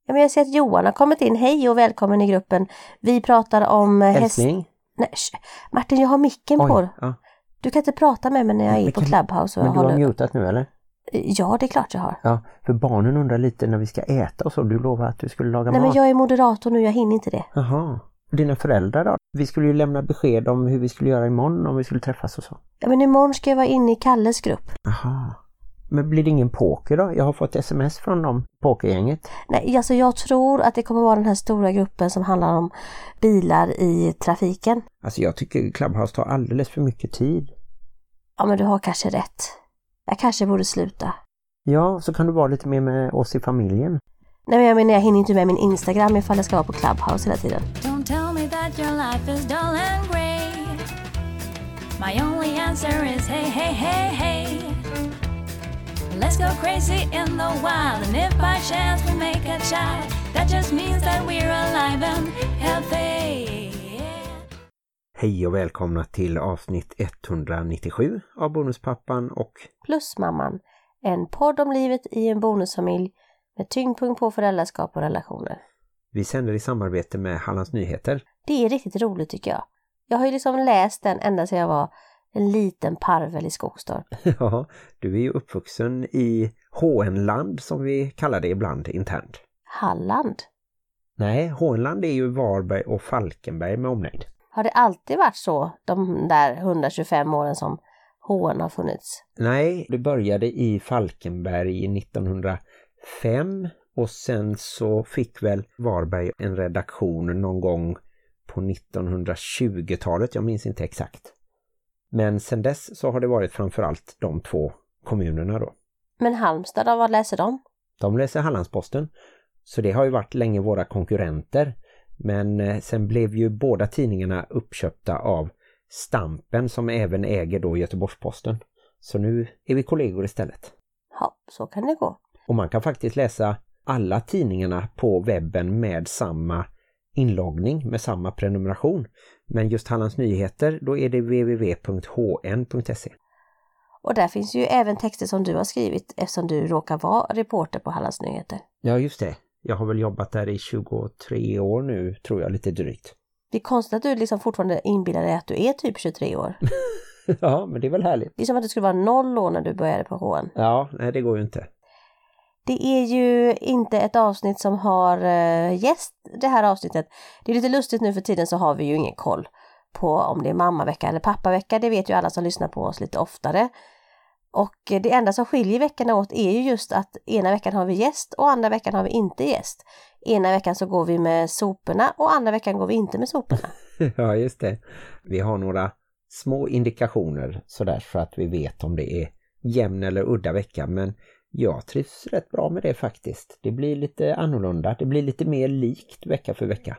Ja, men jag ser att Johan har kommit in. Hej och välkommen i gruppen. Vi pratar om hälsning. Nej, Martin, jag har micken på. Ja. Du kan inte prata med mig när jag är på Clubhouse. Och men du har mutat nu eller? Ja, det är klart jag har. Ja, för barnen undrar lite när vi ska äta och så. Du lovade att du skulle laga mat. Nej, men jag är moderator nu. Jag hinner inte det. Jaha. Dina föräldrar då? Vi skulle ju lämna besked om hur vi skulle göra imorgon om vi skulle träffas och så. Ja, men imorgon ska jag vara inne i Kalles grupp. Jaha. Men blir det ingen poker då? Jag har fått sms från dem, pokergänget. Nej, alltså jag tror att det kommer vara den här stora gruppen som handlar om bilar i trafiken. Alltså jag tycker Clubhouse tar alldeles för mycket tid. Ja, men du har kanske rätt. Jag kanske borde sluta. Ja, så kan du vara lite mer med oss i familjen. Nej, men jag menar, jag hinner inte med min Instagram ifall jag ska vara på Clubhouse hela tiden. Don't tell me that your life is dull and grey. My only answer is hey, hey, hey, hey. Let's go crazy in the wild. And if by chance we make a child, that just means that we're alive and healthy. Hej och välkomna till avsnitt 197 av Bonuspappan och Plusmamman. En podd om livet i en bonusfamilj med tyngdpunkt på föräldraskap och relationer. Vi sänder i samarbete med Hallands Nyheter. Det är riktigt roligt tycker jag. Jag har ju liksom läst den ända sedan jag var en liten parvel i Skogstorp. Ja, du är ju uppvuxen i Håenland som vi kallar det ibland internt. Halland? Nej, Håenland är ju Varberg och Falkenberg med omnejd. Har det alltid varit så de där 125 åren som Håen har funnits? Nej, det började i Falkenberg 1905 och sen så fick väl Varberg en redaktion någon gång på 1920-talet, jag minns inte exakt. Men sen dess så har det varit framförallt de två kommunerna då. Men Halmstad då, vad läser de? De läser Hallandsposten, så det har ju varit länge våra konkurrenter. Men sen blev ju båda tidningarna uppköpta av Stampen som även äger då Göteborgsposten. Så nu är vi kollegor istället. Ja, så kan det gå. Och man kan faktiskt läsa alla tidningarna på webben med samma inloggning, med samma prenumeration. Men just Hallands Nyheter, då är det www.hn.se. Och där finns ju även texter som du har skrivit eftersom du råkar vara reporter på Hallands Nyheter. Ja, just det. Jag har väl jobbat där i 23 år nu, tror jag, lite drygt. Det är konstigt att du liksom fortfarande inbillar dig att du är typ 23 år. Ja, men det är väl härligt. Det är som att du skulle vara 0 år när du började på HN. Ja, nej det går ju inte. Det är ju inte ett avsnitt som har gäst det här avsnittet. Det är lite lustigt nu för tiden så har vi ju ingen koll på om det är mammavecka eller pappavecka. Det vet ju alla som lyssnar på oss lite oftare. Och det enda som skiljer veckorna åt är ju just att ena veckan har vi gäst och andra veckan har vi inte gäst. Ena veckan så går vi med soporna och andra veckan går vi inte med soporna. Ja, just det. Vi har några små indikationer sådär för att vi vet om det är jämn eller udda vecka. Men jag trivs rätt bra med det faktiskt. Det blir lite annorlunda. Det blir lite mer likt vecka för vecka.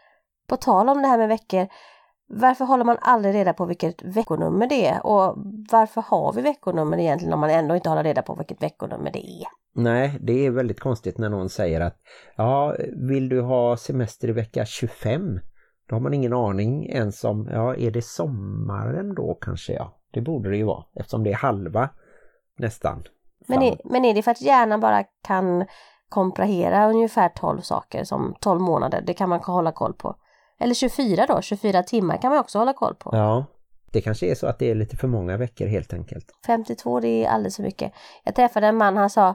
På tal om det här med veckor. Varför håller man aldrig reda på vilket veckonummer det är? Och varför har vi veckonummer egentligen om man ändå inte håller reda på vilket veckonummer det är? Nej, det är väldigt konstigt när någon säger att ja, vill du ha semester i vecka 25? Då har man ingen aning ens om, ja, är det sommaren då kanske? Ja, det borde det ju vara eftersom det är halva nästan. Men är det för att hjärnan bara kan komprahera ungefär 12 saker som 12 månader? Det kan man hålla koll på. Eller 24 då, 24 timmar kan man också hålla koll på. Ja, det kanske är så att det är lite för många veckor helt enkelt. 52, det är alldeles för mycket. Jag träffade en man, han sa,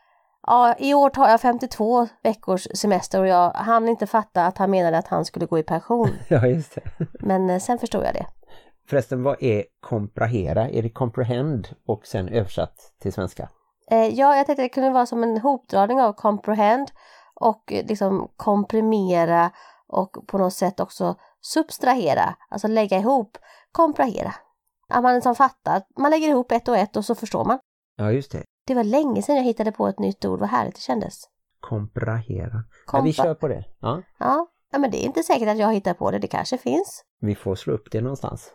ja, i år tar jag 52 veckors semester och jag hann inte fatta att han menade att han skulle gå i pension. Ja, just det. Men sen förstod jag det. Förresten, vad är komprahera? Är det comprehend och sen översatt till svenska? Ja, jag tänkte att det kunde vara som en hopdragning av comprehend och liksom komprimera och på något sätt också subtrahera, alltså lägga ihop, komprahera. Att man liksom fattar, man lägger ihop ett och ett och så förstår man. Ja, just det. Det var länge sedan jag hittade på ett nytt ord, vad härligt det kändes. Komprahera. Ja, vi kör på det. Ja. Ja, men det är inte säkert att jag hittar på det kanske finns. Vi får slå upp det någonstans.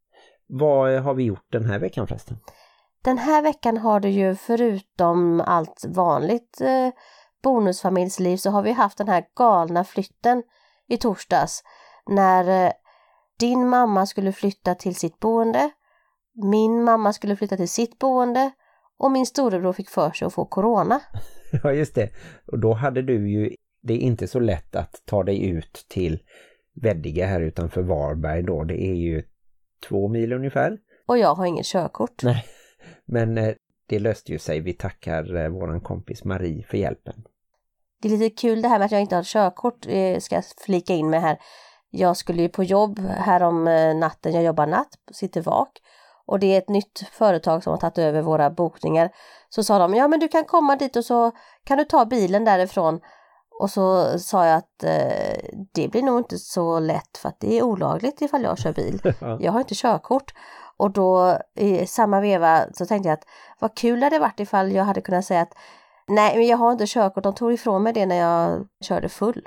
Vad har vi gjort den här veckan förresten? Den här veckan har du ju förutom allt vanligt bonusfamiljsliv så har vi haft den här galna flytten i torsdags när din mamma skulle flytta till sitt boende, min mamma skulle flytta till sitt boende och min storebror fick för sig att få corona. Ja, just det. Och då hade du ju det är inte så lätt att ta dig ut till Veddige här utanför Varberg då. Det är ju 2 mil ungefär. Och jag har inget körkort. Nej, men det löste ju sig. Vi tackar våran kompis Marie för hjälpen. Det är lite kul det här med att jag inte har körkort, ska jag flika in med här. Jag skulle ju på jobb här om natten, jag jobbar natt, sitter vak. Och det är ett nytt företag som har tagit över våra bokningar. Så sa de, ja men du kan komma dit och så kan du ta bilen därifrån. Och så sa jag att det blir nog inte så lätt för att det är olagligt ifall jag kör bil. Jag har inte körkort. Och då i samma veva så tänkte jag att vad kul det hade varit ifall jag hade kunnat säga att nej men jag har inte körkort, de tog ifrån mig det när jag körde full.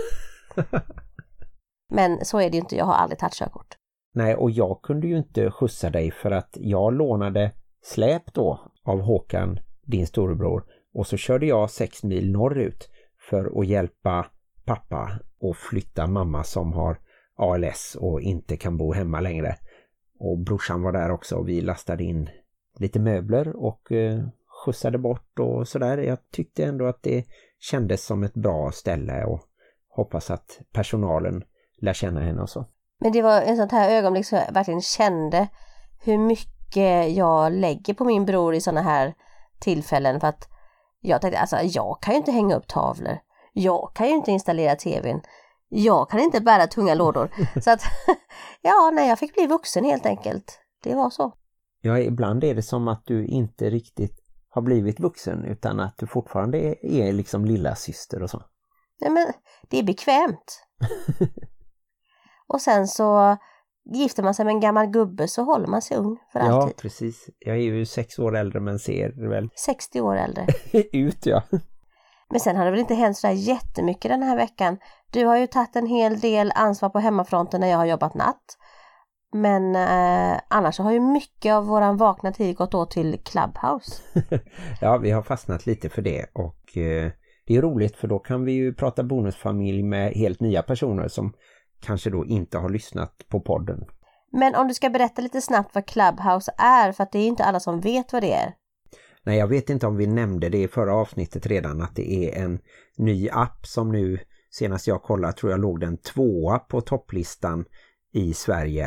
Men så är det ju inte, jag har aldrig tagit körkort. Nej, och jag kunde ju inte skjutsa dig för att jag lånade släp då av Håkan, din storebror. Och så körde jag 6 mil norrut för att hjälpa pappa och flytta mamma som har ALS och inte kan bo hemma längre. Och brorsan var där också och vi lastade in lite möbler och skjutsade bort och sådär. Jag tyckte ändå att det kändes som ett bra ställe och hoppas att personalen lär känna henne och så. Men det var en sån här ögonblick som jag verkligen kände hur mycket jag lägger på min bror i såna här tillfällen. För att jag tänkte, alltså jag kan ju inte hänga upp tavlor. Jag kan ju inte installera tvn. Jag kan inte bära tunga lådor. Så att, ja, nej, jag fick bli vuxen helt enkelt. Det var så. Ja, ibland är det som att du inte riktigt har blivit vuxen utan att du fortfarande är liksom lilla syster och så. Nej, men det är bekvämt. Och sen så gifter man sig med en gammal gubbe så håller man sig ung för alltid. Ja, precis. Jag är ju 6 år äldre men ser väl 60 år äldre. ut, ja. Men sen har det väl inte hänt så där jättemycket den här veckan. Du har ju tagit en hel del ansvar på hemmafronten när jag har jobbat natt. Men annars har ju mycket av våran vakna tid gått åt till Clubhouse. Ja, vi har fastnat lite för det och det är roligt för då kan vi ju prata bonusfamilj med helt nya personer som kanske då inte har lyssnat på podden. Men om du ska berätta lite snabbt vad Clubhouse är, för att det är inte alla som vet vad det är. Nej, jag vet inte om vi nämnde det i förra avsnittet redan att det är en ny app som nu, senast jag kollade tror jag låg den 2:a på topplistan i Sverige.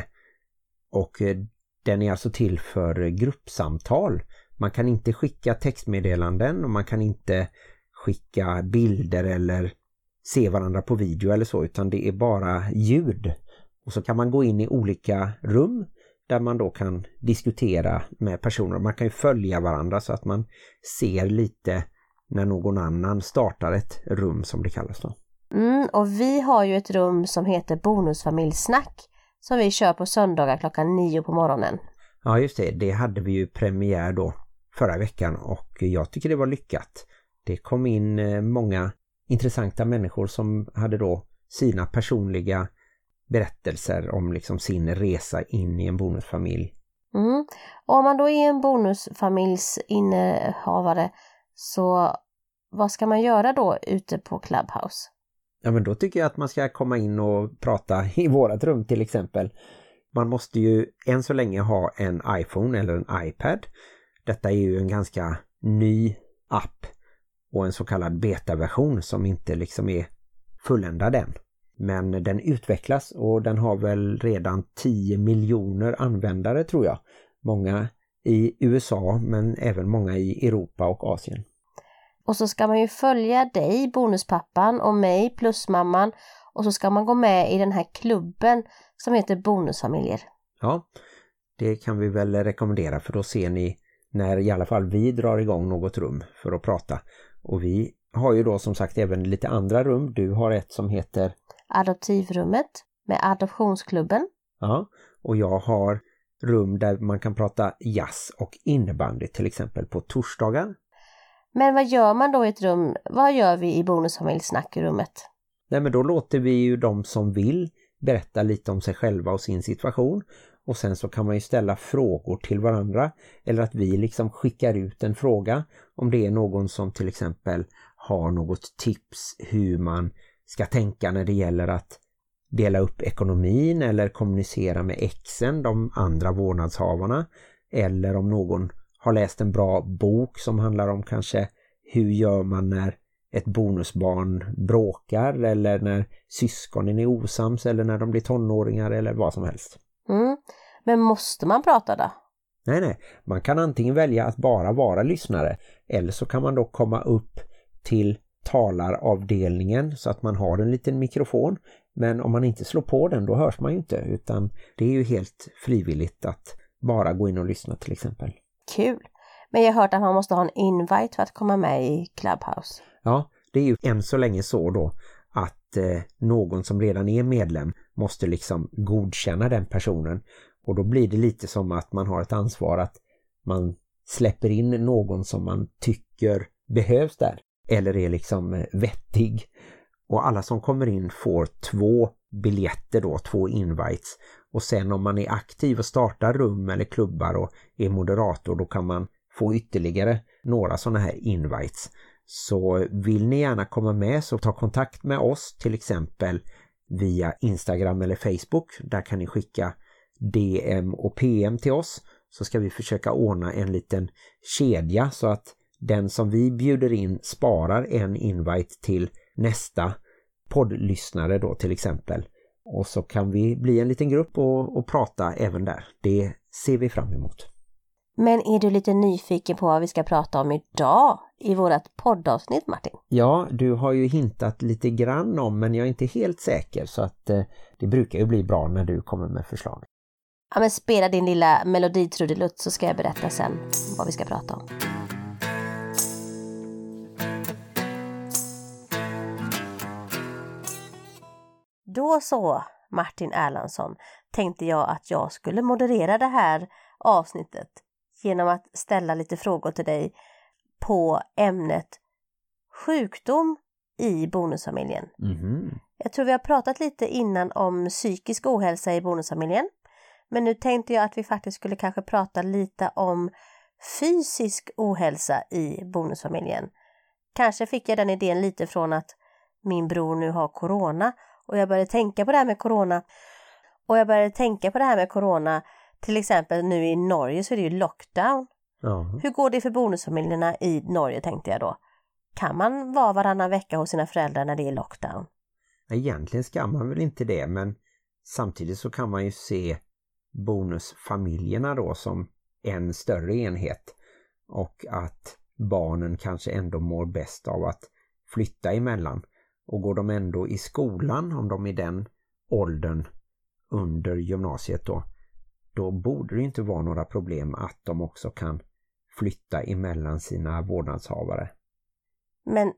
Och den är alltså till för gruppsamtal. Man kan inte skicka textmeddelanden och man kan inte skicka bilder eller se varandra på video eller så, utan det är bara ljud. Och så kan man gå in i olika rum där man då kan diskutera med personer. Man kan ju följa varandra så att man ser lite när någon annan startar ett rum som det kallas då. Och vi har ju ett rum som heter Bonusfamiljsnack som vi kör på söndagar klockan 9 på morgonen. Ja just det, det hade vi ju premiär då förra veckan och jag tycker det var lyckat. Det kom in många intressanta människor som hade då sina personliga berättelser om liksom sin resa in i en bonusfamilj. Och om man då är en bonusfamiljs innehavare, så vad ska man göra då ute på Clubhouse? Ja, men då tycker jag att man ska komma in och prata i vårat rum till exempel. Man måste ju än så länge ha en iPhone eller en iPad. Detta är ju en ganska ny app och en så kallad betaversion som inte liksom är fulländad än. Men den utvecklas och den har väl redan 10 miljoner användare tror jag. Många i USA men även många i Europa och Asien. Och så ska man ju följa dig, bonuspappan och mig, plusmamman. Och så ska man gå med i den här klubben som heter Bonusfamiljer. Ja, det kan vi väl rekommendera för då ser ni när i alla fall vi drar igång något rum för att prata. Och vi har ju då som sagt även lite andra rum. Du har ett som heter Adoptivrummet med adoptionsklubben. Ja, och jag har rum där man kan prata jazz och innebandy till exempel på torsdagar. Men vad gör man då i ett rum? Vad gör vi i bonusfamiljsnackrummet? Nej, men då låter vi ju de som vill berätta lite om sig själva och sin situation. Och sen så kan man ju ställa frågor till varandra. Eller att vi liksom skickar ut en fråga. Om det är någon som till exempel har något tips hur man ska tänka när det gäller att dela upp ekonomin. Eller kommunicera med exen, de andra vårdnadshavarna. Eller om någon har läst en bra bok som handlar om kanske hur gör man när ett bonusbarn bråkar eller när syskonen är osams eller när de blir tonåringar eller vad som helst. Men måste man prata då? Nej. Man kan antingen välja att bara vara lyssnare eller så kan man då komma upp till talaravdelningen så att man har en liten mikrofon. Men om man inte slår på den, då hörs man ju inte, utan det är ju helt frivilligt att bara gå in och lyssna till exempel. Kul! Men jag har hört att man måste ha en invite för att komma med i Clubhouse. Ja, det är ju än så länge så då att någon som redan är medlem måste liksom godkänna den personen. Och då blir det lite som att man har ett ansvar att man släpper in någon som man tycker behövs där. Eller är liksom vettig. Och alla som kommer in får 2 biljetter då, 2 invites. Och sen om man är aktiv och startar rum eller klubbar och är moderator, då kan man få ytterligare några sådana här invites. Så vill ni gärna komma med så ta kontakt med oss till exempel via Instagram eller Facebook. Där kan ni skicka DM och PM till oss, så ska vi försöka ordna en liten kedja så att den som vi bjuder in sparar en invite till nästa poddlyssnare då till exempel. Och så kan vi bli en liten grupp och prata även där. Det ser vi fram emot. Men är du lite nyfiken på vad vi ska prata om idag i vårt poddavsnitt, Martin? Ja, du har ju hintat lite grann om, men jag är inte helt säker, så att det brukar ju bli bra när du kommer med förslag. Ja, men spela din lilla meloditrudelutt så ska jag berätta sen vad vi ska prata om. Då så, Martin Erlandsson, tänkte jag att jag skulle moderera det här avsnittet genom att ställa lite frågor till dig på ämnet sjukdom i bonusfamiljen. Jag tror vi har pratat lite innan om psykisk ohälsa i bonusfamiljen. Men nu tänkte jag att vi faktiskt skulle kanske prata lite om fysisk ohälsa i bonusfamiljen. Kanske fick jag den idén lite från att min bror nu har corona. Och jag började tänka på det här med corona. Till exempel nu i Norge så är det ju lockdown. Ja. Hur går det för bonusfamiljerna i Norge, tänkte jag då? Kan man vara varannan vecka hos sina föräldrar när det är lockdown? Egentligen ska man väl inte det, men samtidigt så kan man ju se bonusfamiljerna då som en större enhet. Och att barnen kanske ändå mår bäst av att flytta emellan. Och går de ändå i skolan, om de är den åldern under gymnasiet då borde det inte vara några problem att de också kan flytta emellan sina vårdnadshavare. Men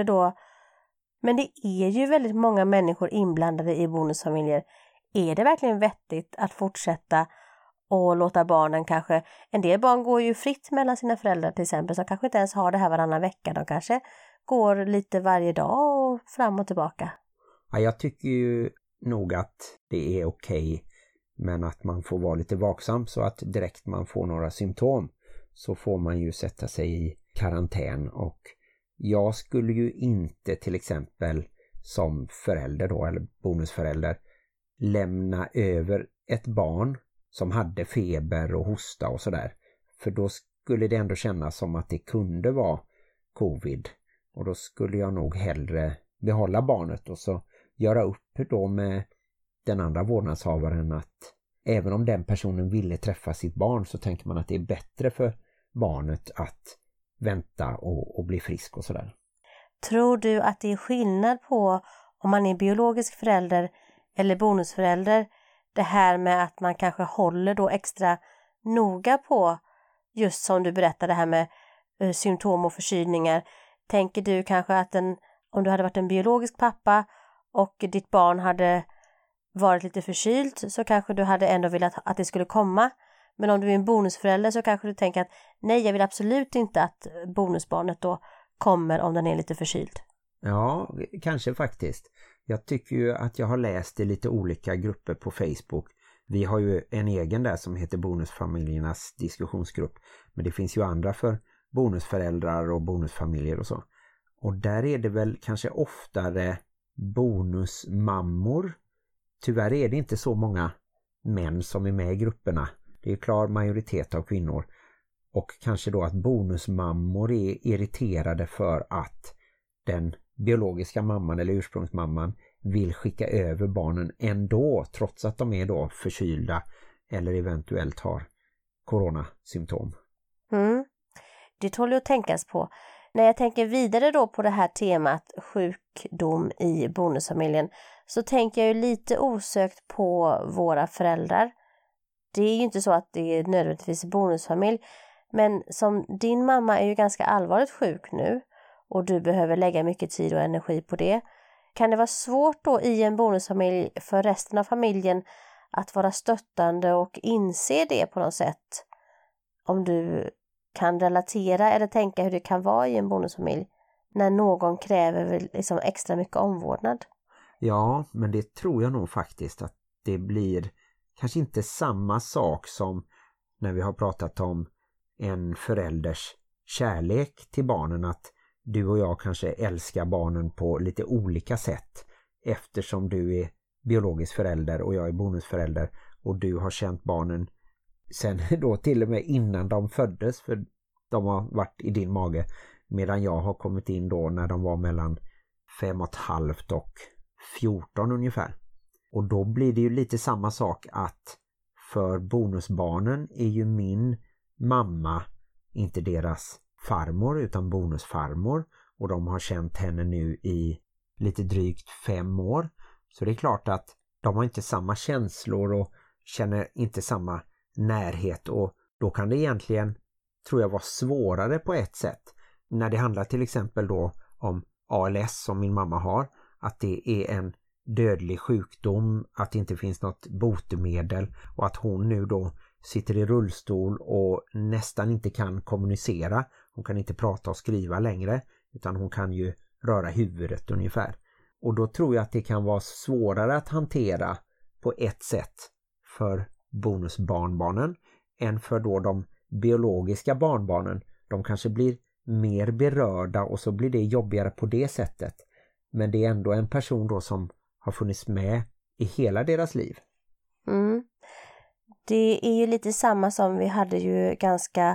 det är ju väldigt många människor inblandade i bonusfamiljer. Är det verkligen vettigt att fortsätta och låta barnen kanske... En del barn går ju fritt mellan sina föräldrar till exempel, som kanske inte ens har det här varannan vecka. De kanske går lite varje dag och fram och tillbaka. Ja, jag tycker ju nog att det är okej, men att man får vara lite vaksam så att direkt man får några symptom så får man ju sätta sig i karantän. Och jag skulle ju inte till exempel som förälder då, eller bonusförälder, lämna över ett barn som hade feber och hosta och sådär. För då skulle det ändå kännas som att det kunde vara covid. Och då skulle jag nog hellre behålla barnet och så göra upp då med den andra vårdnadshavaren att även om den personen ville träffa sitt barn så tänker man att det är bättre för barnet att vänta och bli frisk och sådär. Tror du att det är skillnad på om man är biologisk förälder eller bonusförälder? Det här med att man kanske håller då extra noga på, just som du berättade, det här med symptom och förkylningar. Tänker du kanske att om du hade varit en biologisk pappa och ditt barn hade varit lite förkylt så kanske du hade ändå velat att det skulle komma. Men om du är en bonusförälder så kanske du tänker att nej, jag vill absolut inte att bonusbarnet då kommer om den är lite förkyld. Ja, kanske faktiskt. Jag tycker ju att jag har läst i lite olika grupper på Facebook. Vi har ju en egen där som heter Bonusfamiljernas diskussionsgrupp. Men det finns ju andra för bonusföräldrar och bonusfamiljer och så. Och där är det väl kanske oftare bonusmammor. Tyvärr är det inte så många män som är med i grupperna. Det är klar majoritet av kvinnor. Och kanske då att bonusmammor är irriterade för att den biologiska mamman eller ursprungsmamman vill skicka över barnen ändå, trots att de är då förkylda eller eventuellt har coronasymptom. Det tål att tänkas på. När jag tänker vidare då på det här temat sjukdom i bonusfamiljen, så tänker jag ju lite osökt på våra föräldrar. Det är ju inte så att det är nödvändigtvis bonusfamilj, men som din mamma är ju ganska allvarligt sjuk nu och du behöver lägga mycket tid och energi på det. Kan det vara svårt då i en bonusfamilj för resten av familjen att vara stöttande och inse det på något sätt? Om du kan relatera eller tänka hur det kan vara i en bonusfamilj när någon kräver liksom extra mycket omvårdnad. Ja, men det tror jag nog faktiskt att det blir kanske inte samma sak som när vi har pratat om en förälders kärlek till barnen, att du och jag kanske älskar barnen på lite olika sätt eftersom du är biologisk förälder och jag är bonusförälder och du har känt barnen sen då till och med innan de föddes, för de har varit i din mage, medan jag har kommit in då när de var mellan 5,5 och 14 ungefär. Och då blir det ju lite samma sak, att för bonusbarnen är ju min mamma inte deras farmor utan bonusfarmor, och de har känt henne nu i lite drygt 5 år. Så det är klart att de har inte samma känslor och känner inte samma närhet, och då kan det egentligen, tror jag, vara svårare på ett sätt när det handlar till exempel då om ALS som min mamma har, att det är en dödlig sjukdom, att det inte finns något botemedel och att hon nu då sitter i rullstol och nästan inte kan kommunicera. Hon kan inte prata och skriva längre, utan hon kan ju röra huvudet ungefär. Och då tror jag att det kan vara svårare att hantera på ett sätt för bonusbarnbarnen än för då de biologiska barnbarnen. De kanske blir mer berörda och så blir det jobbigare på det sättet. Men det är ändå en person då som har funnits med i hela deras liv. Det är ju lite samma som vi hade ju ganska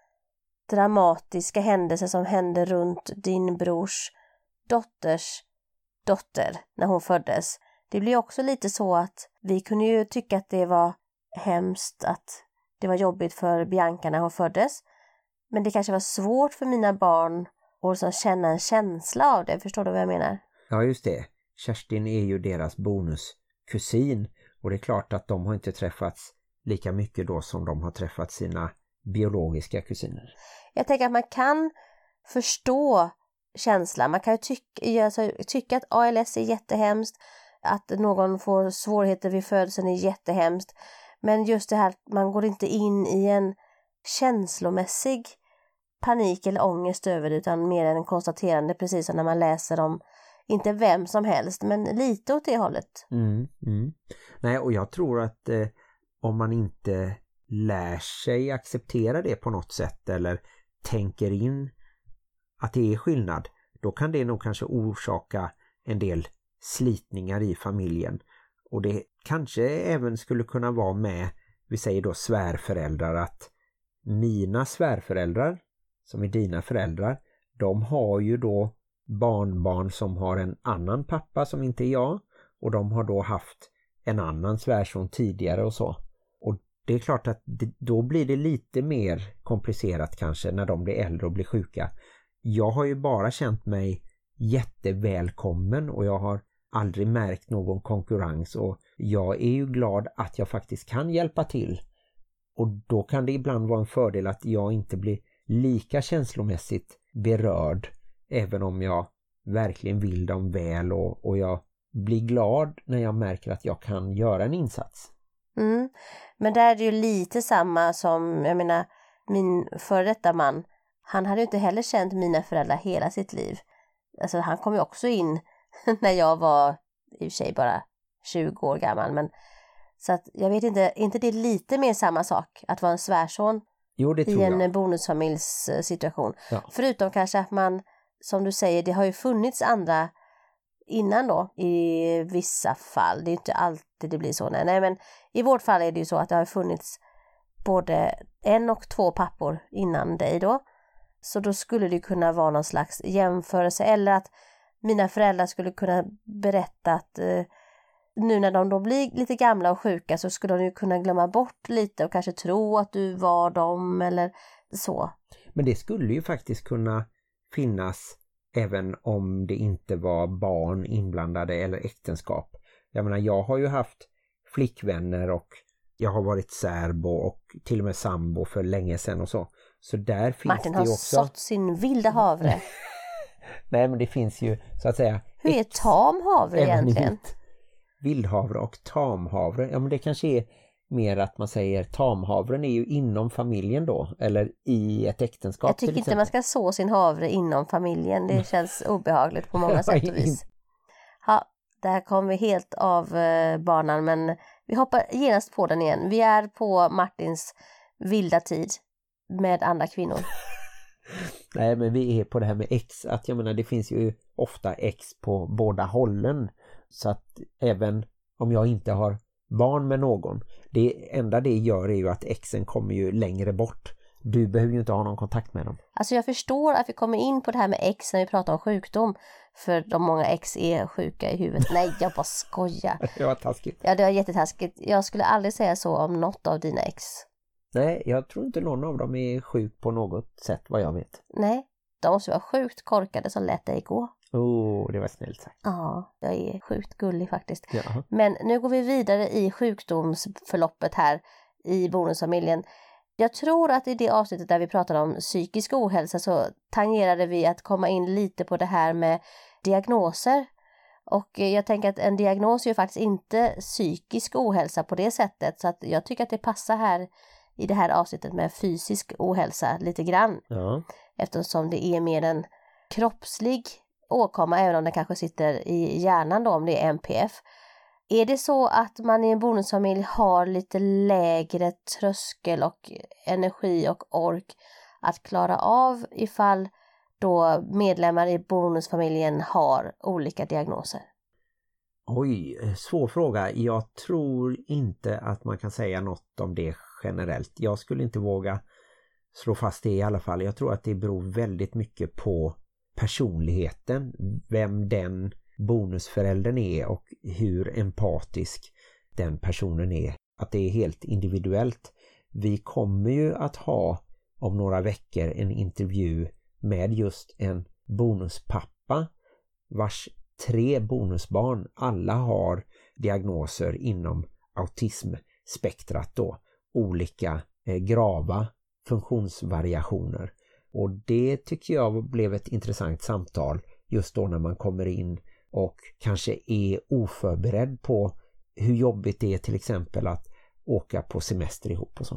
dramatiska händelser som hände runt din brors dotters dotter när hon föddes. Det blir också lite så att vi kunde ju tycka att det var hemskt, att det var jobbigt för Bianca när hon föddes. Men det kanske var svårt för mina barn att så känna en känsla av det. Förstår du vad jag menar? Ja, just det. Kerstin är ju deras bonuskusin, och det är klart att de har inte träffats lika mycket då som de har träffat sina biologiska kusiner. Jag tänker att man kan förstå känslan. Man kan ju tycka att ALS är jättehemskt, att någon får svårigheter vid födseln är jättehemskt. Men just det här, man går inte in i en känslomässig panik eller ångest över det, utan mer en konstaterande, precis som när man läser om, inte vem som helst, men lite åt det hållet. Nej, och jag tror att om man inte lär sig acceptera det på något sätt eller tänker in att det är skillnad, då kan det nog kanske orsaka en del slitningar i familjen. Och det kanske även skulle kunna vara med, vi säger då svärföräldrar, att mina svärföräldrar som är dina föräldrar, de har ju då barnbarn som har en annan pappa som inte är jag, och de har då haft en annan svärson tidigare och så. Och det är klart att då blir det lite mer komplicerat kanske när de blir äldre och blir sjuka. Jag har ju bara känt mig jättevälkommen och jag har aldrig märkt någon konkurrens, och jag är ju glad att jag faktiskt kan hjälpa till. Och då kan det ibland vara en fördel att jag inte blir lika känslomässigt berörd, även om jag verkligen vill dem väl, och jag blir glad när jag märker att jag kan göra en insats. Men där är det ju lite samma som, jag menar, min före detta man, han hade ju inte heller känt mina föräldrar hela sitt liv. Alltså han kom ju också in när jag var i och för sig bara 20 år gammal, men så att jag vet inte det är lite mer samma sak att vara en svärson i en bonusfamiljssituation. Ja. Förutom kanske att man, som du säger, det har ju funnits andra innan då i vissa fall. Det är inte alltid det blir så. Nej, men i vårt fall är det ju så att det har funnits både 1 och 2 pappor innan dig då. Så då skulle det kunna vara någon slags jämförelse, eller att mina föräldrar skulle kunna berätta att nu när de då blir lite gamla och sjuka så skulle de ju kunna glömma bort lite och kanske tro att du var dem eller så. Men det skulle ju faktiskt kunna finnas även om det inte var barn inblandade eller äktenskap. Jag menar, jag har ju haft flickvänner och jag har varit särbo och till och med sambo för länge sedan och så. Så där finns Martin det har också... sått sin vilda havre. Nej, men det finns ju så att säga... Hur är tam havre egentligen? Vildhavre och tamhavre. Ja, men det kanske är mer att man säger tamhavren är ju inom familjen då. Eller i ett äktenskap. Jag tycker inte man ska så sin havre inom familjen. Det känns obehagligt på många sätt och vis. Ja, där kom vi helt av banan, men vi hoppar genast på den igen. Vi är på Martins vilda tid med andra kvinnor. Nej, men vi är på det här med ex. Att jag menar, det finns ju ofta ex på båda hållen. Så att även om jag inte har barn med någon, det enda det gör är ju att exen kommer ju längre bort. Du behöver ju inte ha någon kontakt med dem. Alltså jag förstår att vi kommer in på det här med ex när vi pratar om sjukdom. För de många ex är sjuka i huvudet. Nej, jag bara skojar. Det var taskigt. Ja, det var jättetaskigt. Jag skulle aldrig säga så om något av dina ex. Nej, jag tror inte någon av dem är sjuk på något sätt, vad jag vet. Nej, de måste vara sjukt korkade som lät dig gå. Det var snällt sagt. Ja, jag är sjukt gullig faktiskt. Jaha. Men nu går vi vidare i sjukdomsförloppet här i bonusfamiljen. Jag tror att i det avsnittet där vi pratade om psykisk ohälsa så tangerade vi att komma in lite på det här med diagnoser. Och jag tänker att en diagnos är ju faktiskt inte psykisk ohälsa på det sättet. Så att jag tycker att det passar här i det här avsnittet med fysisk ohälsa lite grann. Ja. Eftersom det är mer en kroppslig åkomma, även om det kanske sitter i hjärnan då, om det är MPF. Är det så att man i en bonusfamilj har lite lägre tröskel och energi och ork att klara av ifall då medlemmar i bonusfamiljen har olika diagnoser? Oj, svår fråga. Jag tror inte att man kan säga något om det generellt. Jag skulle inte våga slå fast det i alla fall. Jag tror att det beror väldigt mycket på personligheten, vem den bonusföräldern är och hur empatisk den personen är. Att det är helt individuellt. Vi kommer ju att ha om några veckor en intervju med just en bonuspappa vars 3 bonusbarn alla har diagnoser inom autismspektrat då. Olika grava funktionsvariationer. Och det tycker jag blev ett intressant samtal just då när man kommer in och kanske är oförberedd på hur jobbigt det är till exempel att åka på semester ihop och så.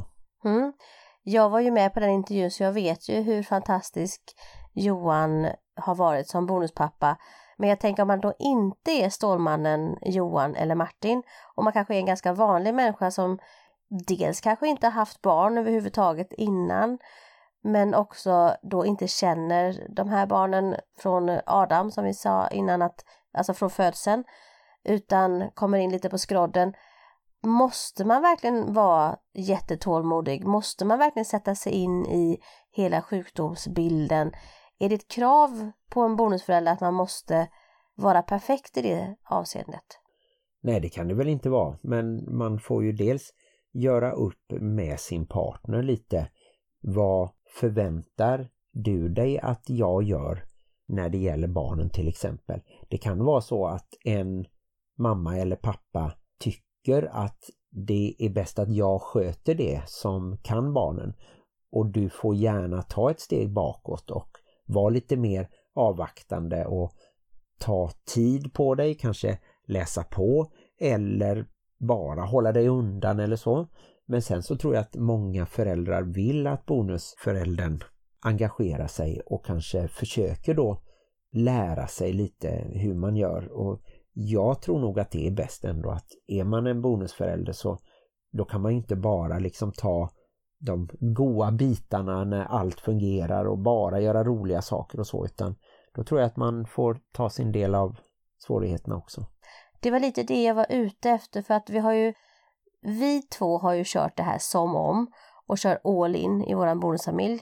Jag var ju med på den intervjun så jag vet ju hur fantastisk Johan har varit som bonuspappa. Men jag tänker om man då inte är stålmannen Johan eller Martin och man kanske är en ganska vanlig människa som dels kanske inte har haft barn överhuvudtaget innan, men också då inte känner de här barnen från Adam som vi sa innan, att, alltså från födseln, utan kommer in lite på skrodden. Måste man verkligen vara jättetålmodig? Måste man verkligen sätta sig in i hela sjukdomsbilden? Är det ett krav på en bonusförälder att man måste vara perfekt i det avseendet? Nej, det kan det väl inte vara. Men man får ju dels göra upp med sin partner lite. Vad förväntar du dig att jag gör när det gäller barnen till exempel? Det kan vara så att en mamma eller pappa tycker att det är bäst att jag sköter det som kan barnen. Och du får gärna ta ett steg bakåt och vara lite mer avvaktande och ta tid på dig, kanske läsa på eller bara hålla dig undan eller så. Men sen så tror jag att många föräldrar vill att bonusföräldern engagerar sig och kanske försöker då lära sig lite hur man gör. Och jag tror nog att det är bäst ändå att är man en bonusförälder så då kan man inte bara liksom ta de goda bitarna när allt fungerar och bara göra roliga saker och så, utan då tror jag att man får ta sin del av svårigheterna också. Det var lite det jag var ute efter, för att vi två har ju kört det här som om och kör all in i våran bonusfamilj.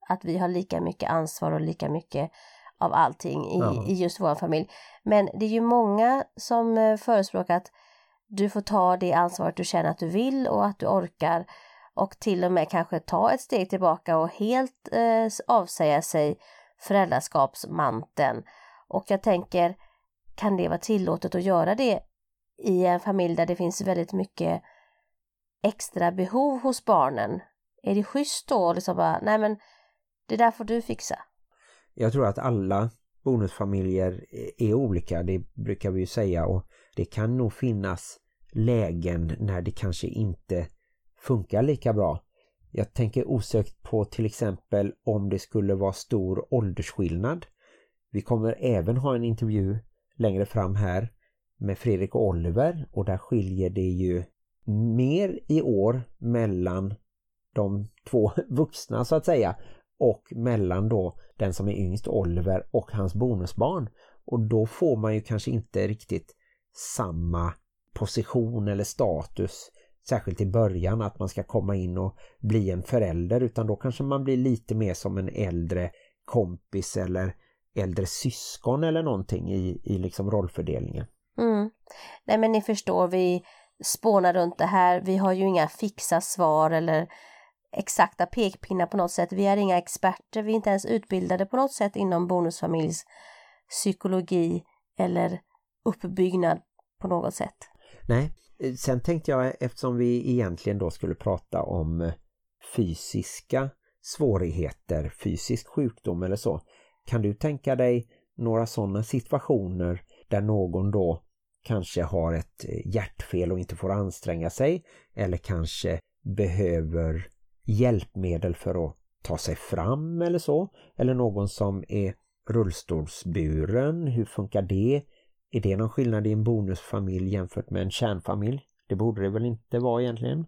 att vi har lika mycket ansvar och lika mycket av allting i just vår familj. Men det är ju många som förespråkar att du får ta det ansvaret du känner att du vill och att du orkar, och till och med kanske ta ett steg tillbaka och helt avsäga sig föräldraskapsmanteln. Och jag tänker, kan det vara tillåtet att göra det i en familj där det finns väldigt mycket extra behov hos barnen? Är det schysst då liksom bara, nej men det där får du fixa? Jag tror att alla bonusfamiljer är olika, det brukar vi ju säga, och det kan nog finnas lägen när det kanske inte funkar lika bra. Jag tänker osökt på till exempel om det skulle vara stor åldersskillnad. Vi kommer även ha en intervju längre fram här med Fredrik och Oliver, och där skiljer det ju mer i år mellan de två vuxna så att säga, och mellan då den som är yngst, Oliver, och hans bonusbarn. Och då får man ju kanske inte riktigt samma position eller status, särskilt i början, att man ska komma in och bli en förälder, utan då kanske man blir lite mer som en äldre kompis eller äldre syskon eller någonting i liksom rollfördelningen. Nej, men ni förstår, vi spånar runt det här. Vi har ju inga fixa svar eller exakta pekpinnar på något sätt. Vi är inga experter, vi är inte ens utbildade på något sätt inom bonusfamiljs psykologi eller uppbyggnad på något sätt. Nej, sen tänkte jag, eftersom vi egentligen då skulle prata om fysiska svårigheter, fysisk sjukdom eller så, kan du tänka dig några sådana situationer där någon då kanske har ett hjärtfel och inte får anstränga sig, eller kanske behöver hjälpmedel för att ta sig fram eller så, eller någon som är rullstolsburen, hur funkar det? Är det någon skillnad i en bonusfamilj jämfört med en kärnfamilj? Det borde det väl inte vara egentligen?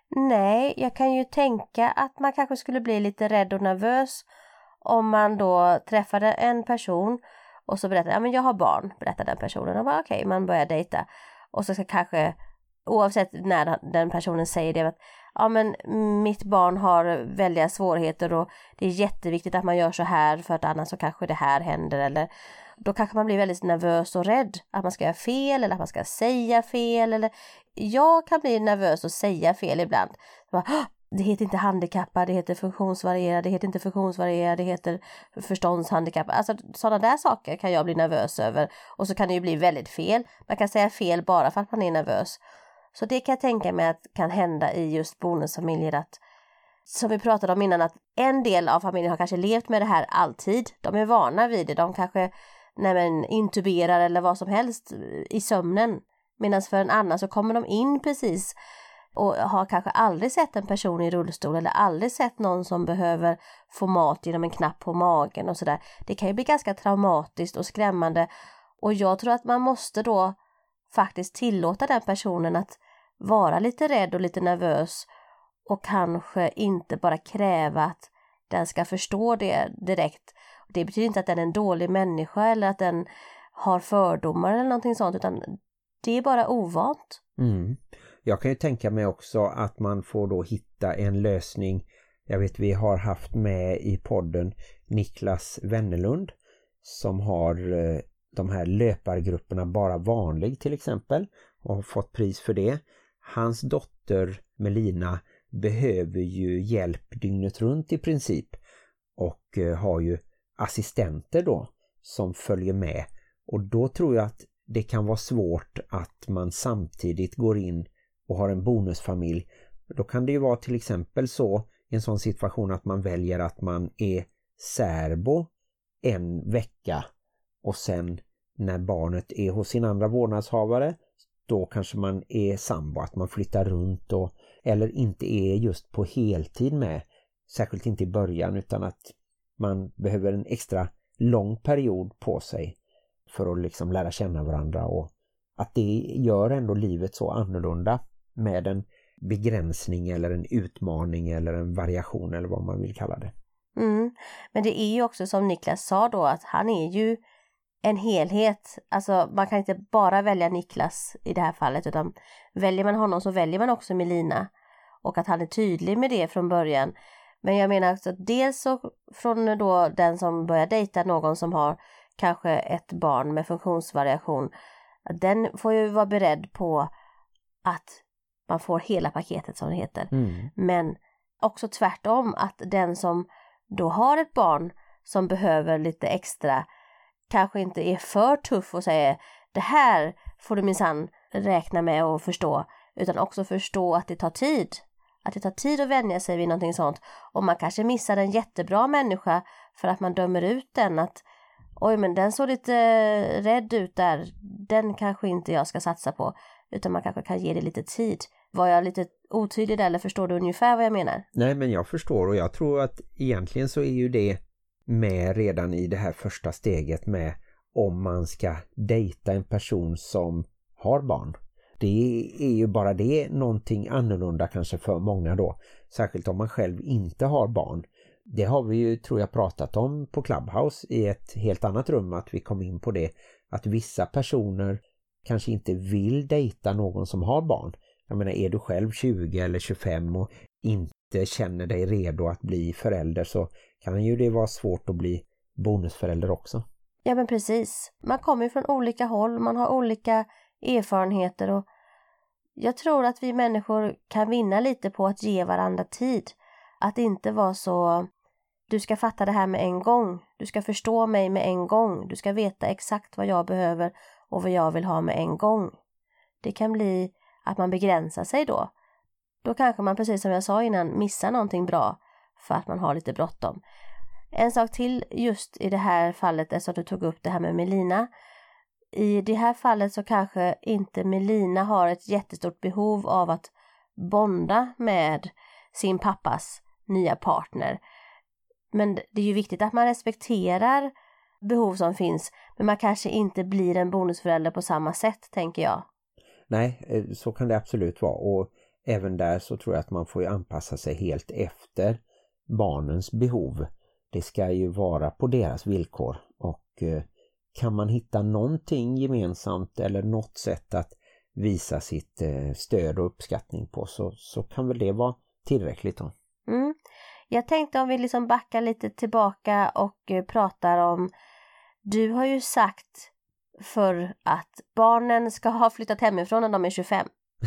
Nej, jag kan ju tänka att man kanske skulle bli lite rädd och nervös om man då träffade en person och så berättar, ja men jag har barn, berättar den personen, och bara okej, man börjar dejta, och så ska kanske, oavsett när den personen säger det, att ja men mitt barn har väldiga svårigheter och det är jätteviktigt att man gör så här för att annars så kanske det här händer, eller då kanske man blir väldigt nervös och rädd att man ska göra fel eller att man ska säga fel, eller jag kan bli nervös och säga fel ibland. Det heter inte handikappad, det heter funktionsvarierad, det heter inte funktionsvarierad, det heter förståndshandikapp. Alltså sådana där saker kan jag bli nervös över, och så kan det ju bli väldigt fel. Man kan säga fel bara för att man är nervös. Så det kan jag tänka mig att kan hända i just bonusfamiljer, att som vi pratade om innan, att en del av familjen har kanske levt med det här alltid. De är vana vid det, de kanske intuberar eller vad som helst i sömnen. Medan för en annan så kommer de in precis och har kanske aldrig sett en person i rullstol eller aldrig sett någon som behöver få mat genom en knapp på magen och sådär. Det kan ju bli ganska traumatiskt och skrämmande, och jag tror att man måste då faktiskt tillåta den personen att vara lite rädd och lite nervös, och kanske inte bara kräva att den ska förstå det direkt. Det betyder inte att den är en dålig människa eller att den har fördomar eller någonting sånt, utan det är bara ovant. Jag kan ju tänka mig också att man får då hitta en lösning. Jag vet, vi har haft med i podden Niklas Wennerlund som har de här löpargrupperna Bara vanlig till exempel, och har fått pris för det. Hans dotter Melina behöver ju hjälp dygnet runt i princip, och har ju assistenter då som följer med, och då tror jag att det kan vara svårt att man samtidigt går in och har en bonusfamilj. Då kan det ju vara till exempel så i en sån situation att man väljer att man är särbo en vecka, och sen när barnet är hos sin andra vårdnadshavare, då kanske man är sambo, att man flyttar runt eller inte är just på heltid med, särskilt inte i början, utan att man behöver en extra lång period på sig för att liksom lära känna varandra, och att det gör ändå livet så annorlunda med en begränsning eller en utmaning eller en variation eller vad man vill kalla det. Men det är ju också som Niklas sa då, att han är ju en helhet. Alltså man kan inte bara välja Niklas i det här fallet, utan väljer man honom så väljer man också Melina, och att han är tydlig med det från början. Men jag menar också att dels så från då den som börjar dejta någon som har kanske ett barn med funktionsvariation, den får ju vara beredd på att man får hela paketet som det heter. Men också tvärtom, att den som då har ett barn som behöver lite extra kanske inte är för tuff och säger det här får du minsann räkna med och förstå, utan också förstå att det tar tid. Att det tar tid att vänja sig vid någonting sånt. Och man kanske missar en jättebra människa för att man dömer ut den. Att oj, men den såg lite rädd ut där. Den kanske inte jag ska satsa på. Utan man kanske kan ge det lite tid. Var jag lite otydlig där, eller förstår du ungefär vad jag menar? Nej, men jag förstår, och jag tror att egentligen så är ju det med redan i det här första steget med om man ska dejta en person som har barn. Det är ju bara det någonting annorlunda kanske för många då. Särskilt om man själv inte har barn. Det har vi ju, tror jag, pratat om på Clubhouse i ett helt annat rum, att vi kom in på det. Att vissa personer kanske inte vill dejta någon som har barn. Jag menar, är du själv 20 eller 25 och inte känner dig redo att bli förälder, så kan ju det vara svårt att bli bonusförälder också. Ja, men precis. Man kommer ju från olika håll, man har olika erfarenheter, och jag tror att vi människor kan vinna lite på att ge varandra tid. Att inte vara så, du ska fatta det här med en gång, du ska förstå mig med en gång, du ska veta exakt vad jag behöver och vad jag vill ha med en gång. Det kan bli att man begränsar sig då. Då kanske man, precis som jag sa innan, missar någonting bra för att man har lite bråttom. En sak till just i det här fallet är så att du tog upp det här med Melina. I det här fallet så kanske inte Melina har ett jättestort behov av att bonda med sin pappas nya partner. Men det är ju viktigt att man respekterar behov som finns, men man kanske inte blir en bonusförälder på samma sätt, tänker jag. Nej, så kan det absolut vara, och även där så tror jag att man får ju anpassa sig helt efter barnens behov. Det ska ju vara på deras villkor, och kan man hitta någonting gemensamt eller något sätt att visa sitt stöd och uppskattning på, så kan väl det vara tillräckligt då. Jag tänkte om vi liksom backar lite tillbaka och pratar om, du har ju sagt för att barnen ska ha flyttat hemifrån när de är 25.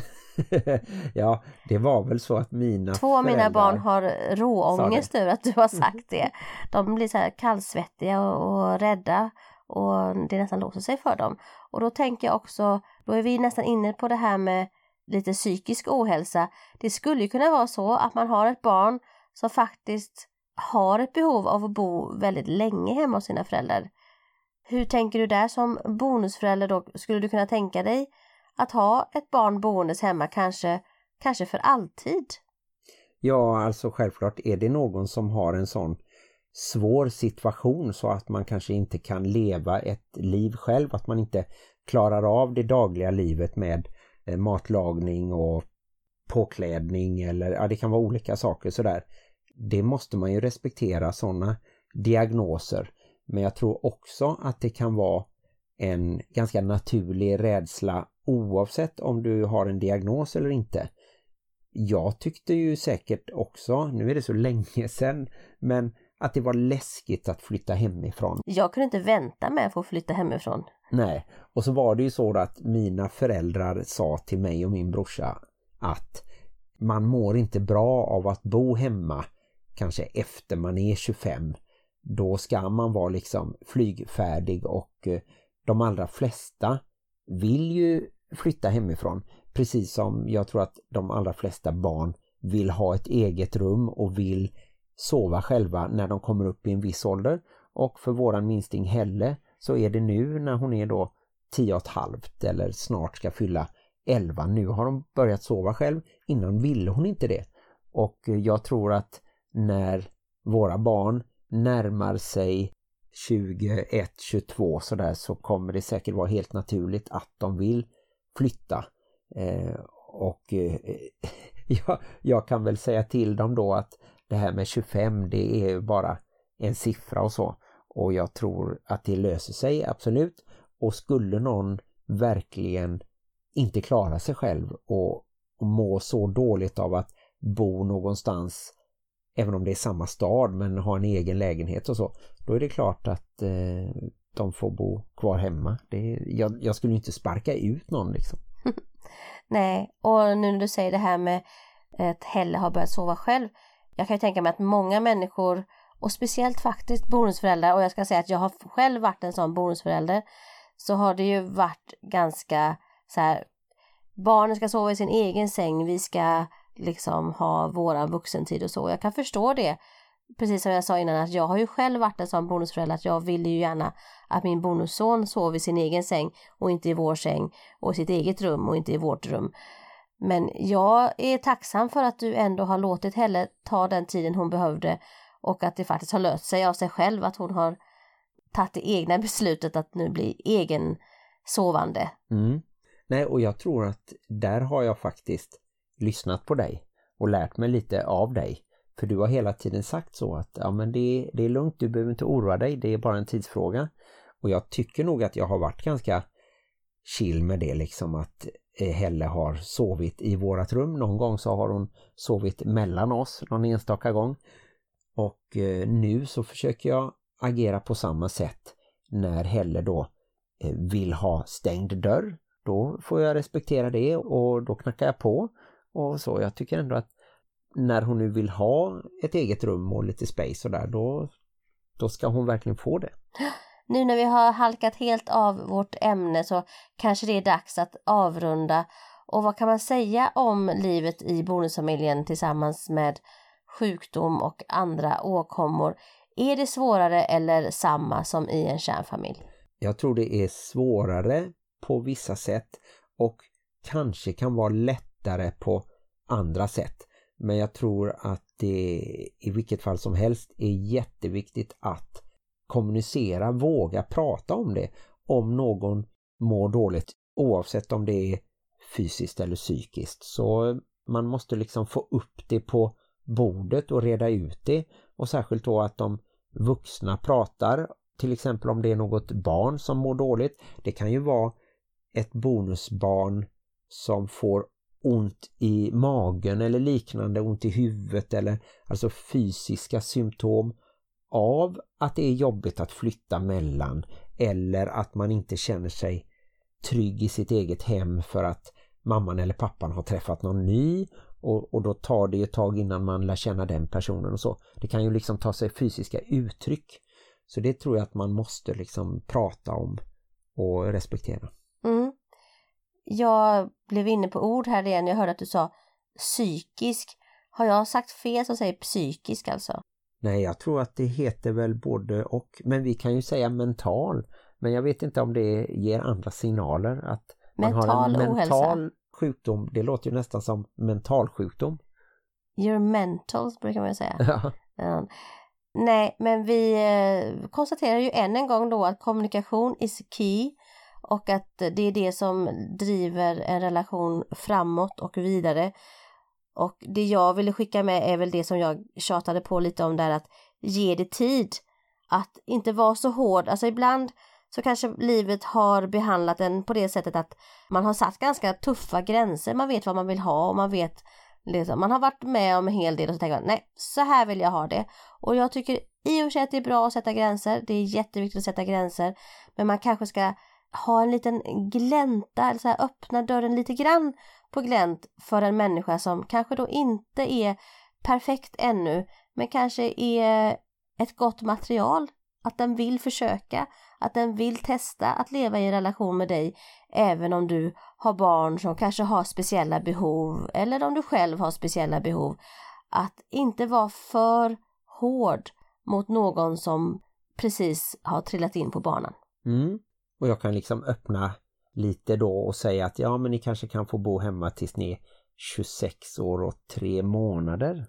Ja, det var väl så att två av mina barn har råångest över att du har sagt det. De blir så här kallsvettiga och rädda, och det nästan låser sig för dem. Och då tänker jag också, då är vi nästan inne på det här med lite psykisk ohälsa. Det skulle ju kunna vara så att man har ett barn som faktiskt har ett behov av att bo väldigt länge hemma hos sina föräldrar. Hur tänker du där som bonusförälder då? Skulle du kunna tänka dig att ha ett barn boendes hemma kanske för alltid? Ja, alltså självklart, är det någon som har en sån svår situation så att man kanske inte kan leva ett liv själv, att man inte klarar av det dagliga livet med matlagning och påklädning, eller ja, det kan vara olika saker sådär. Det måste man ju respektera, sådana diagnoser. Men jag tror också att det kan vara en ganska naturlig rädsla oavsett om du har en diagnos eller inte. Jag tyckte ju säkert också, nu är det så länge sedan, men att det var läskigt att flytta hemifrån. Jag kunde inte vänta med att få flytta hemifrån. Nej, och så var det ju så att mina föräldrar sa till mig och min brorsa att man mår inte bra av att bo hemma kanske efter man är 25. Då ska man vara liksom flygfärdig, och de allra flesta vill ju flytta hemifrån. Precis som jag tror att de allra flesta barn vill ha ett eget rum och vill sova själva när de kommer upp i en viss ålder. Och för våran minsting Helle så är det nu när hon är då 10,5 eller snart ska fylla 11. Nu har de börjat sova själv. Innan ville hon inte det. Och jag tror att när våra barn närmar sig 21-22 sådär, så kommer det säkert vara helt naturligt att de vill flytta. Jag kan väl säga till dem då att det här med 25, det är bara en siffra och så. Och jag tror att det löser sig, absolut. Och skulle någon verkligen inte klara sig själv och må så dåligt av att bo någonstans även om det är samma stad men har en egen lägenhet och så, då är det klart att de får bo kvar hemma. Jag skulle inte sparka ut någon liksom. Nej, och nu när du säger det här med att Helle har börjat sova själv, jag kan ju tänka mig att många människor, och speciellt faktiskt bonusföräldrar, och jag ska säga att jag har själv varit en sån bonusförälder, så har det ju varit ganska så här, barnen ska sova i sin egen säng, vi ska liksom ha våran vuxentid och så. Jag kan förstå det, precis som jag sa innan, att jag har ju själv varit en sån bonusförälder att jag ville ju gärna att min bonusson sov i sin egen säng och inte i vår säng, och i sitt eget rum och inte i vårt rum. Men jag är tacksam för att du ändå har låtit Helle ta den tiden hon behövde, och att det faktiskt har löst sig av sig själv, att hon har tagit det egna beslutet att nu bli egen sovande. Nej, och jag tror att där har jag faktiskt lyssnat på dig och lärt mig lite av dig. För du har hela tiden sagt så att ja, men det är lugnt, du behöver inte oroa dig, det är bara en tidsfråga. Och jag tycker nog att jag har varit ganska chill med det, liksom att Helle har sovit i vårat rum. Någon gång så har hon sovit mellan oss, någon enstaka gång. Och nu så försöker jag agera på samma sätt när Helle då vill ha stängd dörr. Då får jag respektera det och då knackar jag på. Och så, jag tycker ändå att när hon nu vill ha ett eget rum och lite space och där, då ska hon verkligen få det. Nu när vi har halkat helt av vårt ämne så kanske det är dags att avrunda. Och vad kan man säga om livet i bonusfamiljen tillsammans med sjukdom och andra åkommor? Är det svårare eller samma som i en kärnfamilj? Jag tror det är svårare på vissa sätt och kanske kan vara lättare på andra sätt. Men jag tror att det i vilket fall som helst är jätteviktigt att kommunicera, våga prata om det. Om någon mår dåligt, oavsett om det är fysiskt eller psykiskt. Så man måste liksom få upp det på bordet och reda ut det. Och särskilt då att de vuxna pratar, till exempel om det är något barn som mår dåligt. Det kan ju vara ett bonusbarn som får ont i magen eller liknande, ont i huvudet eller alltså fysiska symptom av att det är jobbigt att flytta mellan, eller att man inte känner sig trygg i sitt eget hem för att mamman eller pappan har träffat någon ny och då tar det ett tag innan man lär känna den personen och så. Det kan ju liksom ta sig fysiska uttryck. Så det tror jag att man måste liksom prata om och respektera. Jag blev inne på ord här igen. Jag hörde att du sa psykisk. Har jag sagt fel som säger psykisk alltså? Nej, jag tror att det heter väl både och. Men vi kan ju säga mental. Men jag vet inte om det ger andra signaler. Att man har en mental sjukdom. Det låter ju nästan som mental sjukdom. You're mental brukar man säga. Ja. Nej, men vi konstaterar ju än en gång då att kommunikation is key. Och att det är det som driver en relation framåt och vidare. Och det jag ville skicka med är väl det som jag tjatade på lite om där, att ge det tid. Att inte vara så hård. Alltså ibland så kanske livet har behandlat en på det sättet att man har satt ganska tuffa gränser. Man vet vad man vill ha och man vet liksom, man har varit med om en hel del och så tänker man, nej, så här vill jag ha det. Och jag tycker i och för sig att det är bra att sätta gränser. Det är jätteviktigt att sätta gränser. Men man kanske ska ha en liten glänta, eller så här, öppna dörren lite grann på glänt för en människa som kanske då inte är perfekt ännu, men kanske är ett gott material, att den vill försöka, att den vill testa att leva i en relation med dig, även om du har barn som kanske har speciella behov, eller om du själv har speciella behov. Att inte vara för hård mot någon som precis har trillat in på banan. Och jag kan liksom öppna lite då och säga att ja, men ni kanske kan få bo hemma tills ni är 26 år och 3 månader.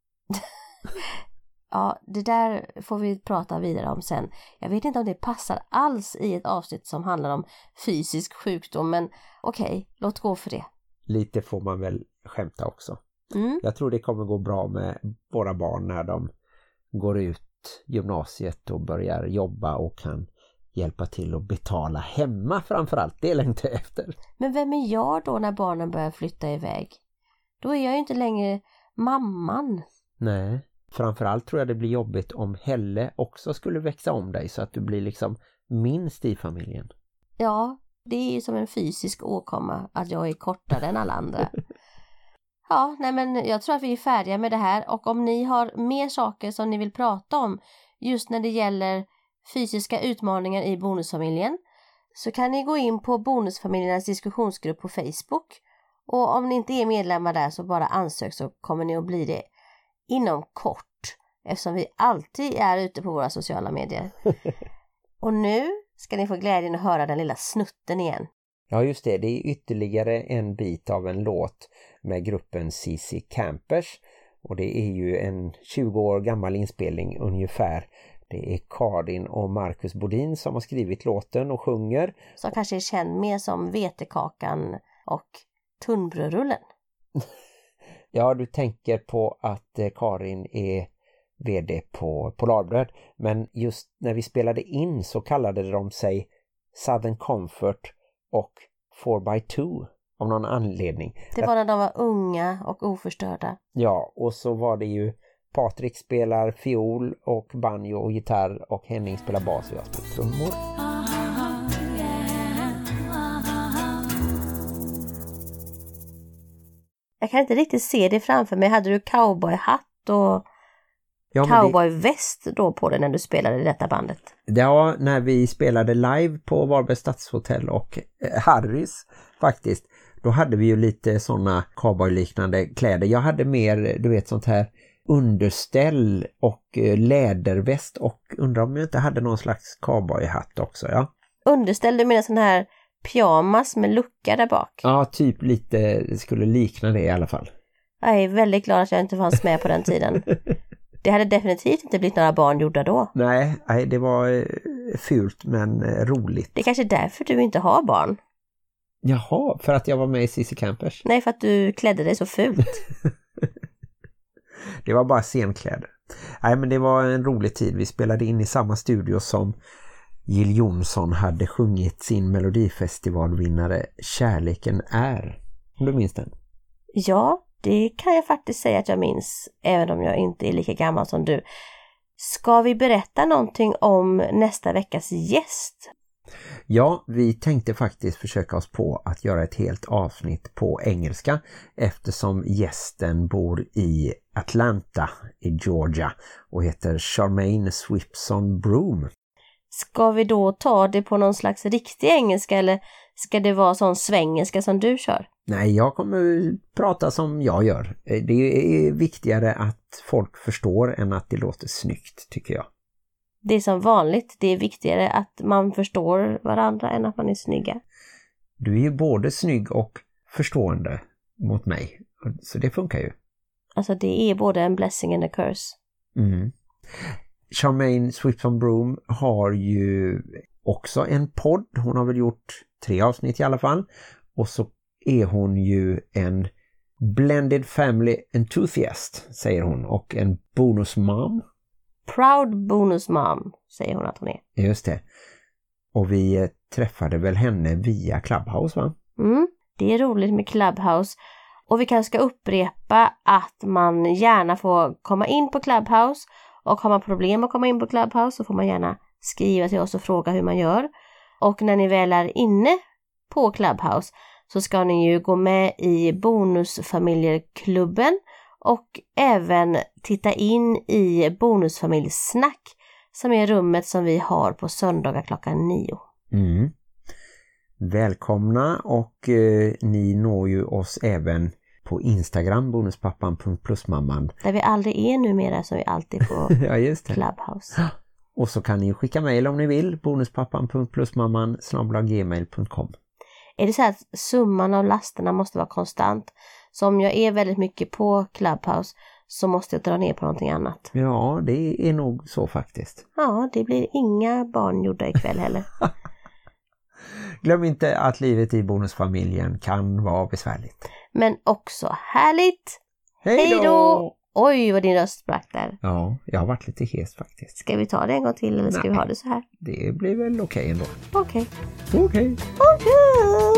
Ja, det där får vi prata vidare om sen. Jag vet inte om det passar alls i ett avsnitt som handlar om fysisk sjukdom, men okej, låt gå för det. Lite får man väl skämta också. Jag tror det kommer gå bra med våra barn när de går ut gymnasiet och börjar jobba och kan hjälpa till att betala hemma framförallt. Det längtar jag efter. Men vem är jag då när barnen börjar flytta iväg? Då är jag ju inte längre mamman. Nej. Framförallt tror jag det blir jobbigt om Helle också skulle växa om dig så att du blir liksom minst i familjen. Ja, det är ju som en fysisk åkomma att jag är kortare än alla andra. Ja, nej men jag tror att vi är färdiga med det här, och om ni har mer saker som ni vill prata om just när det gäller fysiska utmaningar i bonusfamiljen, så kan ni gå in på bonusfamiljernas diskussionsgrupp på Facebook, och om ni inte är medlemmar där så bara ansök, så kommer ni att bli det inom kort, eftersom vi alltid är ute på våra sociala medier. Och nu ska ni få glädjen att höra den lilla snutten igen. Ja just det, det är ytterligare en bit av en låt med gruppen CC Campers, och det är ju en 20 år gammal inspelning ungefär. Det är Karin och Marcus Bodin som har skrivit låten och sjunger. Som kanske är känd mer som Vetekakan och Tunnbrödrullen. Ja, du tänker på att Karin är vd på Polarbröd, men just när vi spelade in så kallade de sig Southern Comfort och 4x2 av någon anledning. Det var när de var unga och oförstörda. Ja, och så var det ju Patrik spelar fiol och banjo och gitarr, och Henning spelar bas och jag spelar trummor. Jag kan inte riktigt se det framför mig. Hade du cowboyhatt och cowboyväst då på dig när du spelade i detta bandet? Ja, när vi spelade live på Varberg Stadshotell och Harrys faktiskt, då hade vi ju lite sådana cowboyliknande kläder. Jag hade mer, du vet, sånt här underställ och läderväst, och undrar om jag inte hade någon slags cowboyhatt också, ja. Underställ, du menar sån här pyjamas med lucka där bak? Ja, typ lite, skulle likna det i alla fall. Jag är väldigt glad att jag inte fanns med på den tiden. Det hade definitivt inte blivit några barn gjorda då. Nej, det var fult men roligt. Det är kanske därför du inte har barn. Jaha, för att jag var med i CC Campers? Nej, för att du klädde dig så fult. Det var bara scenkläder. Nej, men det var en rolig tid. Vi spelade in i samma studio som Jill Johnson hade sjungit sin melodifestivalvinnare Kärleken är. Om du minns den? Ja, det kan jag faktiskt säga att jag minns, även om jag inte är lika gammal som du. Ska vi berätta någonting om nästa veckas gäst? Ja, vi tänkte faktiskt försöka oss på att göra ett helt avsnitt på engelska, eftersom gästen bor i Atlanta i Georgia och heter Charmaine Swipson Broom. Ska vi då ta det på någon slags riktig engelska, eller ska det vara sån svengelska som du kör? Nej, jag kommer prata som jag gör. Det är viktigare att folk förstår än att det låter snyggt, tycker jag. Det är som vanligt. Det är viktigare att man förstår varandra än att man är snygga. Du är ju både snygg och förstående mot mig. Så det funkar ju. Alltså det är både en blessing and a curse. Mm. Charmaine Swipson Broom har ju också en podd. Hon har väl gjort 3 avsnitt i alla fall. Och så är hon ju en blended family enthusiast, säger hon. Och en bonus mom. Proud bonus mom, säger hon att hon är. Just det. Och vi träffade väl henne via Clubhouse, va? Det är roligt med Clubhouse. Och vi kanske ska upprepa att man gärna får komma in på Clubhouse. Och har man problem att komma in på Clubhouse så får man gärna skriva till oss och fråga hur man gör. Och när ni väl är inne på Clubhouse så ska ni ju gå med i bonusfamiljeklubben och även titta in i bonusfamiljsnack som är rummet som vi har på söndagar klockan 9. Välkomna, och ni når ju oss även på Instagram, bonuspappan.plusmamman. Där vi aldrig är numera, så vi alltid på ja, just det. Clubhouse. Och så kan ni skicka mejl om ni vill, bonuspappan.plusmamman@gmail.com. Är det så att summan av lasterna måste vara konstant? Så om jag är väldigt mycket på Clubhouse så måste jag dra ner på någonting annat. Ja, det är nog så faktiskt. Ja, det blir inga barn gjorda ikväll heller. Glöm inte att livet i bonusfamiljen kan vara besvärligt. Men också härligt. Hej då! Oj, vad din röst sprack där. Ja, jag har varit lite hes faktiskt. Ska vi ta det en gång till eller ska vi ha det så här? Det blir väl okej ändå. Okej. Okej.